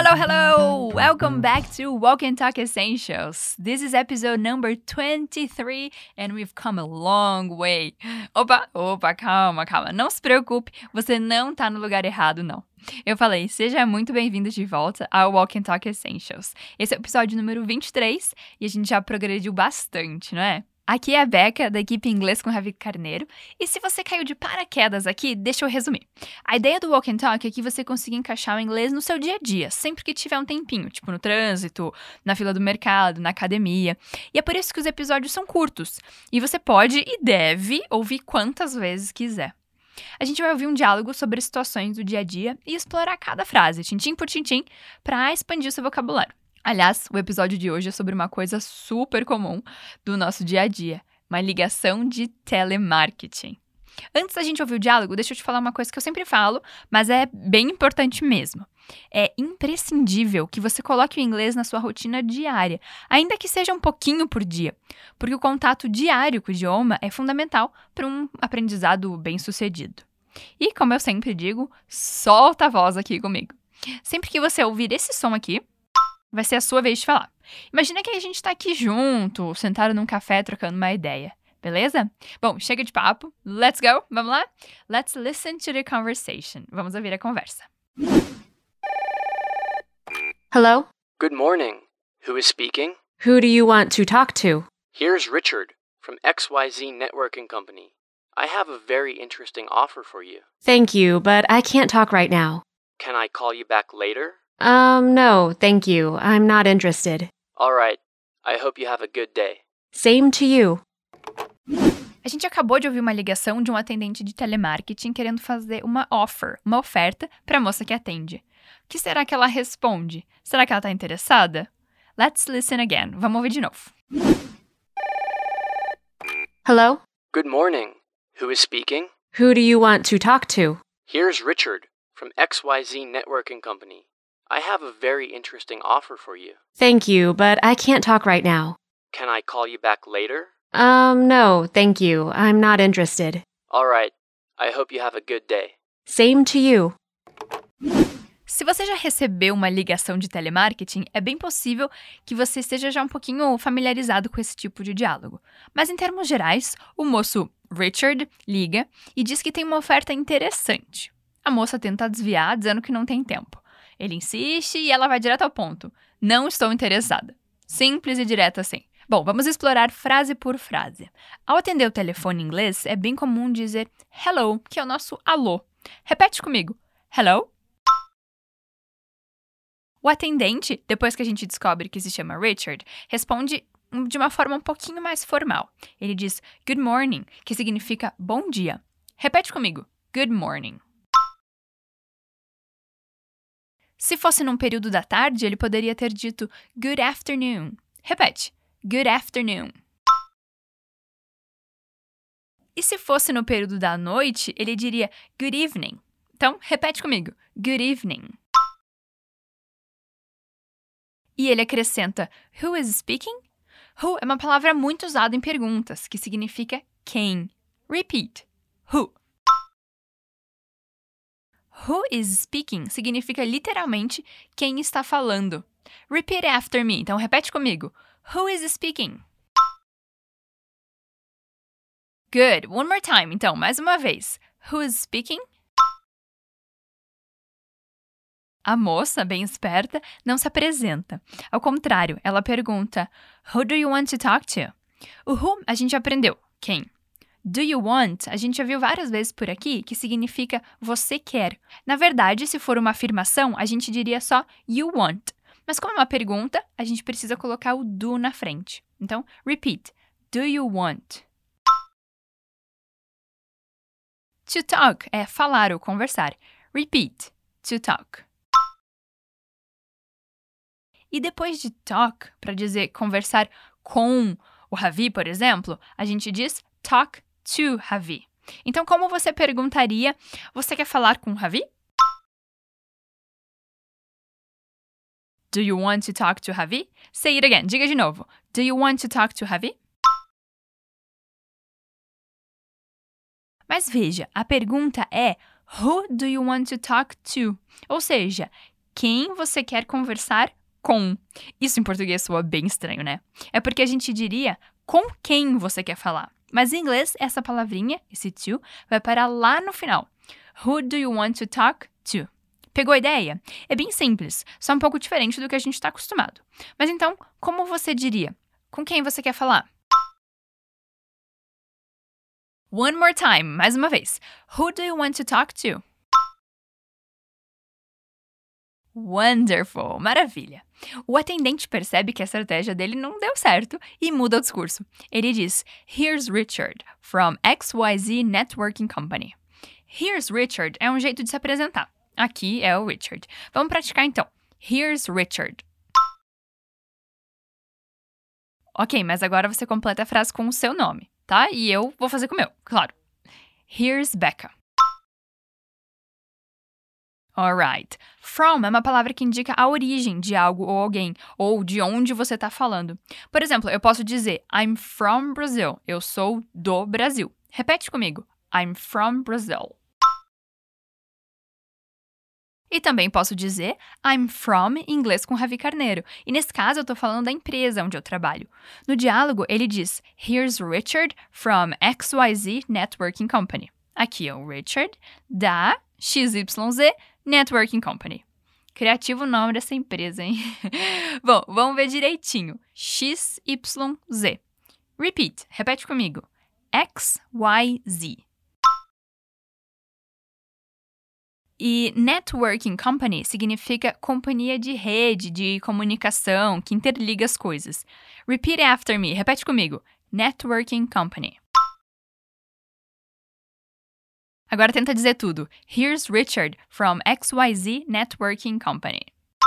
Hello, hello! Welcome back to Walk and Talk Essentials. This is episode number 23 and we've come a long way. Opa, calma. Não se preocupe, você não tá no lugar errado, não. Eu falei, seja muito bem-vindo de volta ao Walk and Talk Essentials. Esse é o episódio número 23 e a gente já progrediu bastante, não é? Aqui é a Becca, da equipe Inglês com Ravi Carneiro, e se você caiu de paraquedas aqui, deixa eu resumir. A ideia do Walk and Talk é que você consiga encaixar o inglês no seu dia a dia, sempre que tiver um tempinho, tipo no trânsito, na fila do mercado, na academia. E é por isso que os episódios são curtos, e você pode e deve ouvir quantas vezes quiser. A gente vai ouvir um diálogo sobre situações do dia a dia e explorar cada frase, tintim por tintim, para expandir o seu vocabulário. Aliás, o episódio de hoje é sobre uma coisa super comum do nosso dia a dia, uma ligação de telemarketing. Antes da gente ouvir o diálogo, deixa eu te falar uma coisa que eu sempre falo, mas é bem importante mesmo. É imprescindível que você coloque o inglês na sua rotina diária, ainda que seja um pouquinho por dia, porque o contato diário com o idioma é fundamental para um aprendizado bem-sucedido. E, como eu sempre digo, solta a voz aqui comigo. Sempre que você ouvir esse som aqui, vai ser a sua vez de falar. Imagina que a gente tá aqui junto, sentado num café, trocando uma ideia. Beleza? Bom, chega de papo. Let's go? Vamos lá? Let's listen to the conversation. Vamos ouvir a conversa. Hello? Good morning. Who is speaking? Who do you want to talk to? Here's Richard from XYZ Networking Company. I have a very interesting offer for you. Thank you, but I can't talk right now. Can I call you back later? No, thank you. I'm not interested. All right. I hope you have a good day. Same to you. A gente acabou de ouvir uma ligação de um atendente de telemarketing querendo fazer uma oferta para a moça que atende. O que será que ela responde? Será que ela está interessada? Let's listen again. Vamos ouvir de novo. Hello? Good morning. Who is speaking? Who do you want to talk to? Here's Richard from XYZ Networking Company. I have a very interesting offer for you. Thank you, but I can't talk right now. Can I call you back later? No, thank you. I'm not interested. All right. I hope you have a good day. Same to you. Se você já recebeu uma ligação de telemarketing, é bem possível que você esteja já um pouquinho familiarizado com esse tipo de diálogo. Mas em termos gerais, o moço Richard liga e diz que tem uma oferta interessante. A moça tenta desviar, dizendo que não tem tempo. Ele insiste e ela vai direto ao ponto. Não estou interessada. Simples e direto assim. Bom, vamos explorar frase por frase. Ao atender o telefone em inglês, é bem comum dizer hello, que é o nosso alô. Repete comigo. Hello? O atendente, depois que a gente descobre que se chama Richard, responde de uma forma um pouquinho mais formal. Ele diz good morning, que significa bom dia. Repete comigo. Good morning. Se fosse num período da tarde, ele poderia ter dito good afternoon. Repete. Good afternoon. E se fosse no período da noite, ele diria good evening. Então, repete comigo. Good evening. E ele acrescenta who is speaking? Who é uma palavra muito usada em perguntas, que significa quem. Repeat. Who. Who is speaking significa literalmente quem está falando. Repeat after me. Então, repete comigo. Who is speaking? Good. One more time. Então, mais uma vez. Who is speaking? A moça, bem esperta, não se apresenta. Ao contrário, ela pergunta Who do you want to talk to? O who a gente aprendeu. Quem? Do you want, a gente já viu várias vezes por aqui, que significa você quer. Na verdade, se for uma afirmação, a gente diria só you want. Mas como é uma pergunta, a gente precisa colocar o do na frente. Então, repeat. Do you want? To talk é falar ou conversar. Repeat. To talk. E depois de talk, para dizer conversar com o Ravi, por exemplo, a gente diz talk to Ravi. Então, como você perguntaria, você quer falar com o Ravi? Do you want to talk to Ravi? Say it again. Diga de novo. Do you want to talk to Ravi? Mas veja, a pergunta é Who do you want to talk to? Ou seja, quem você quer conversar com. Isso em português soa bem estranho, né? É porque a gente diria com quem você quer falar. Mas em inglês, essa palavrinha, esse to, vai parar lá no final. Who do you want to talk to? Pegou a ideia? É bem simples, só um pouco diferente do que a gente está acostumado. Mas então, como você diria? Com quem você quer falar? One more time, mais uma vez. Who do you want to talk to? Wonderful! Maravilha! O atendente percebe que a estratégia dele não deu certo e muda o discurso. Ele diz, Here's Richard, from XYZ Networking Company. Here's Richard é um jeito de se apresentar. Aqui é o Richard. Vamos praticar então. Here's Richard. Ok, mas agora você completa a frase com o seu nome, tá? E eu vou fazer com o meu, claro. Here's Becca. Alright. From é uma palavra que indica a origem de algo ou alguém, ou de onde você está falando. Por exemplo, eu posso dizer I'm from Brazil. Eu sou do Brasil. Repete comigo. I'm from Brazil. E também posso dizer I'm from em inglês com Ravi Carneiro. E nesse caso eu estou falando da empresa onde eu trabalho. No diálogo ele diz Here's Richard from XYZ Networking Company. Aqui é o Richard da XYZ Networking Company. Criativo o nome dessa empresa, hein? Bom, vamos ver direitinho. XYZ. Repeat. Repete comigo. XYZ. E Networking Company significa companhia de rede, de comunicação, que interliga as coisas. Repeat after me. Repete comigo. Networking Company. Agora tenta dizer tudo. Here's Richard from XYZ Networking Company.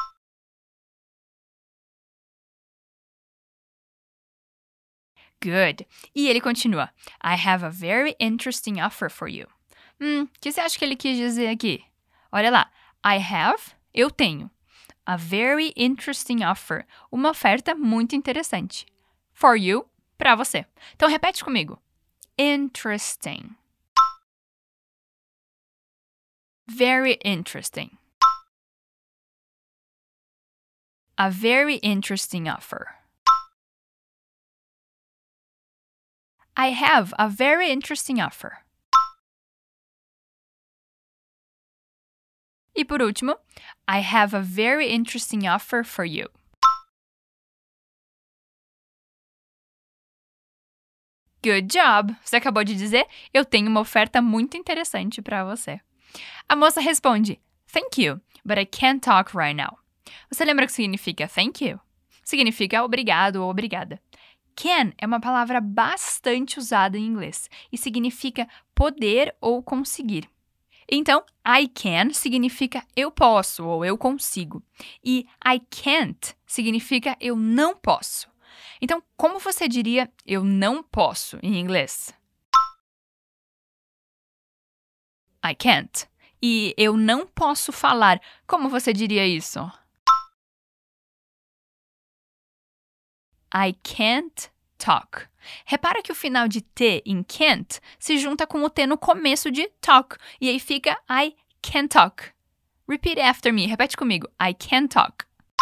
Good. E ele continua. I have a very interesting offer for you. O que você acha que ele quis dizer aqui? Olha lá. I have, eu tenho. A very interesting offer. Uma oferta muito interessante. For you, para você. Então repete comigo. Interesting. Very interesting. A very interesting offer. I have a very interesting offer. E por último, I have a very interesting offer for you. Good job! Você acabou de dizer, eu tenho uma oferta muito interessante para você. A moça responde, Thank you, but I can't talk right now. Você lembra o que significa thank you? Significa obrigado ou obrigada. Can é uma palavra bastante usada em inglês e significa poder ou conseguir. Então, I can significa eu posso ou eu consigo. E I can't significa eu não posso. Então, como você diria eu não posso em inglês? I can't. E eu não posso falar. Como você diria isso? I can't talk. Repara que o final de T em can't se junta com o T no começo de talk. E aí fica I can talk. Repeat after me. Repete comigo. I can talk.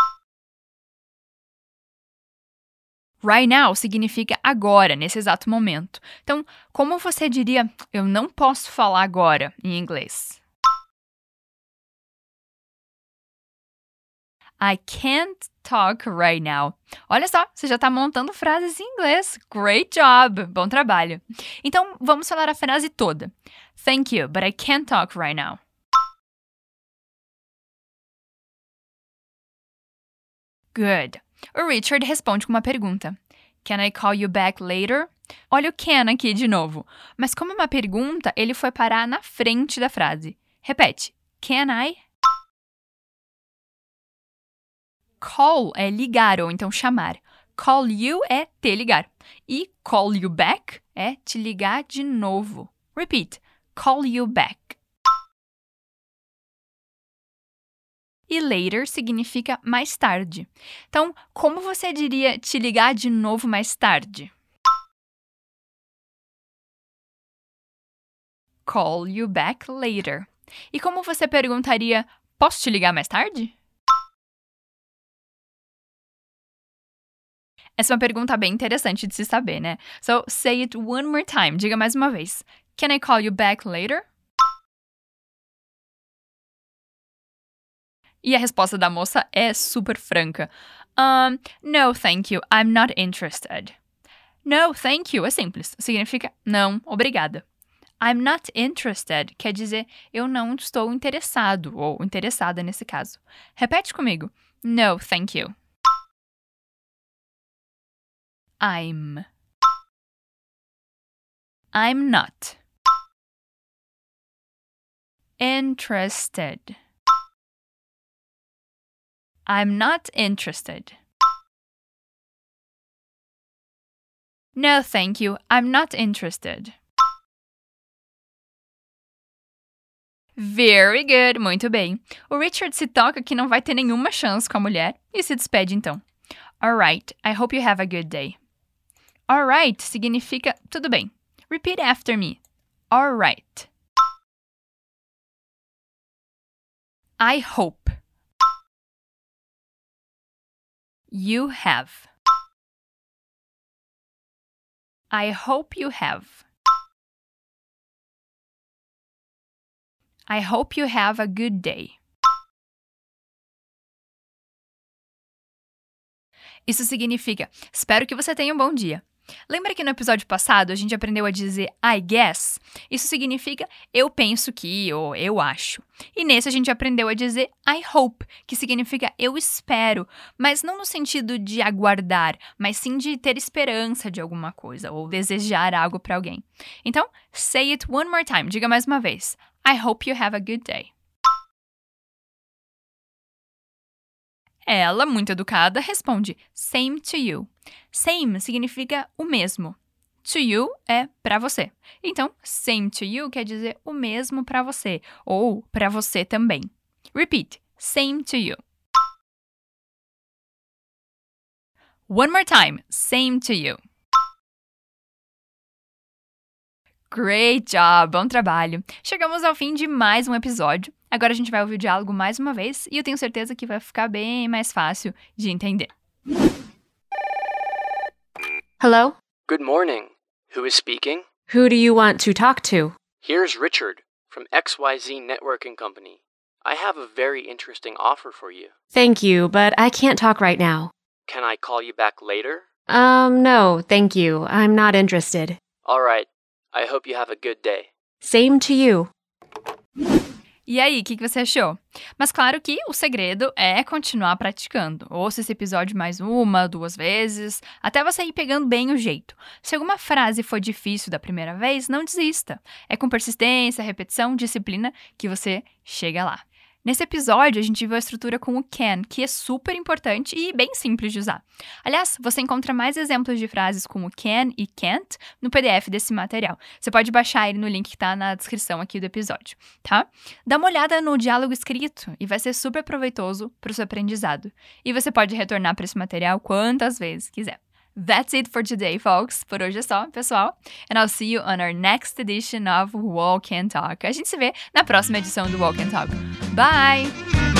Right now significa agora, nesse exato momento. Então, como você diria eu não posso falar agora em inglês? I can't talk right now. Olha só, você já está montando frases em inglês. Great job! Bom trabalho. Então, vamos falar a frase toda. Thank you, but I can't talk right now. Good. O Richard responde com uma pergunta. Can I call you back later? Olha o can aqui de novo. Mas como é uma pergunta, ele foi parar na frente da frase. Repete. Can I? Call é ligar ou então chamar. Call you é te ligar. E call you back é te ligar de novo. Repeat. Call you back. E later significa mais tarde. Então, como você diria te ligar de novo mais tarde? Call you back later. E como você perguntaria, posso te ligar mais tarde? Essa é uma pergunta bem interessante de se saber, né? So, say it one more time. Diga mais uma vez. Can I call you back later? E a resposta da moça é super franca. No, thank you. I'm not interested. No, thank you é simples. Significa não, obrigada. I'm not interested quer dizer eu não estou interessado ou interessada nesse caso. Repete comigo. No, thank you. I'm not interested. I'm not interested. No, thank you. I'm not interested. Very good. Muito bem. O Richard se toca que não vai ter nenhuma chance com a mulher e se despede então. Alright, I hope you have a good day. Alright significa tudo bem. Repeat after me. Alright. I hope you have. I hope you have. I hope you have a good day. Isso significa, espero que você tenha um bom dia. Lembra que no episódio passado a gente aprendeu a dizer I guess? Isso significa eu penso que ou eu acho. E nesse a gente aprendeu a dizer I hope, que significa eu espero, mas não no sentido de aguardar, mas sim de ter esperança de alguma coisa ou desejar algo para alguém. Então, say it one more time. Diga mais uma vez. I hope you have a good day. Ela, muito educada, responde same to you. Same significa o mesmo. To you é para você. Então, same to you quer dizer o mesmo para você ou para você também. Repeat. Same to you. One more time. Same to you. Great job! Bom trabalho! Chegamos ao fim de mais um episódio. Agora a gente vai ouvir o diálogo mais uma vez e eu tenho certeza que vai ficar bem mais fácil de entender. Hello? Good morning. Who is speaking? Who do you want to talk to? Here's Richard from XYZ Networking Company. I have a very interesting offer for you. Thank you, but I can't talk right now. Can I call you back later? No, thank you. I'm not interested. All right. I hope you have a good day. Same to you. E aí, o que você achou? Mas claro que o segredo é continuar praticando. Ouça esse episódio mais 1, 2 vezes, até você ir pegando bem o jeito. Se alguma frase for difícil da primeira vez, não desista. É com persistência, repetição, disciplina que você chega lá. Nesse episódio, a gente viu a estrutura com o can, que é super importante e bem simples de usar. Aliás, você encontra mais exemplos de frases com o can e can't no PDF desse material. Você pode baixar ele no link que está na descrição aqui do episódio, tá? Dá uma olhada no diálogo escrito e vai ser super proveitoso para o seu aprendizado. E você pode retornar para esse material quantas vezes quiser. That's it for today, folks. Por hoje é só, pessoal. And I'll see you on our next edition of Walk and Talk. A gente se vê na próxima edição do Walk and Talk. Bye!